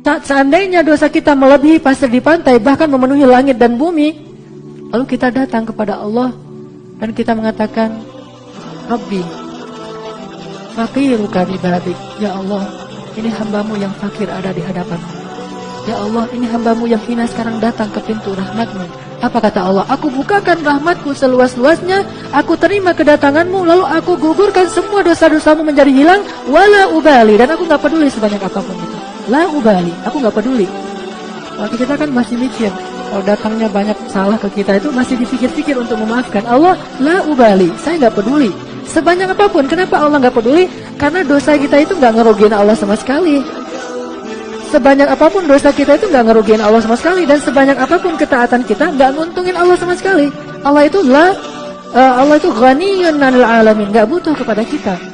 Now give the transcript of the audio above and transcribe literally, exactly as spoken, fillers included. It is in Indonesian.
tak seandainya dosa kita melebihi pasir di pantai, bahkan memenuhi langit dan bumi, lalu kita datang kepada Allah dan kita mengatakan, Rabbi, faqiruka bibabik. Ya Allah, ini hambamu yang fakir ada di hadapanmu. Ya Allah, ini hambamu yang hina sekarang datang ke pintu rahmatmu. Apa kata Allah? Aku bukakan rahmatku seluas-luasnya, aku terima kedatanganmu, lalu aku gugurkan semua dosa-dosamu menjadi hilang. Wala ubali, dan aku gak peduli sebanyak apapun itu. La ubali, aku gak peduli. Waktu kita kan masih mikir, kalau datangnya banyak salah ke kita itu masih dipikir-pikir untuk memaafkan. Allah, la ubali, saya gak peduli sebanyak apapun. Kenapa Allah gak peduli? Karena dosa kita itu gak ngerugiin Allah sama sekali. Sebanyak apapun dosa kita itu gak ngerugiin Allah sama sekali. Dan sebanyak apapun ketaatan kita gak nguntungin Allah sama sekali. Allah itu la, uh, Allah itu ghaniyun 'anil alamin, gak butuh kepada kita.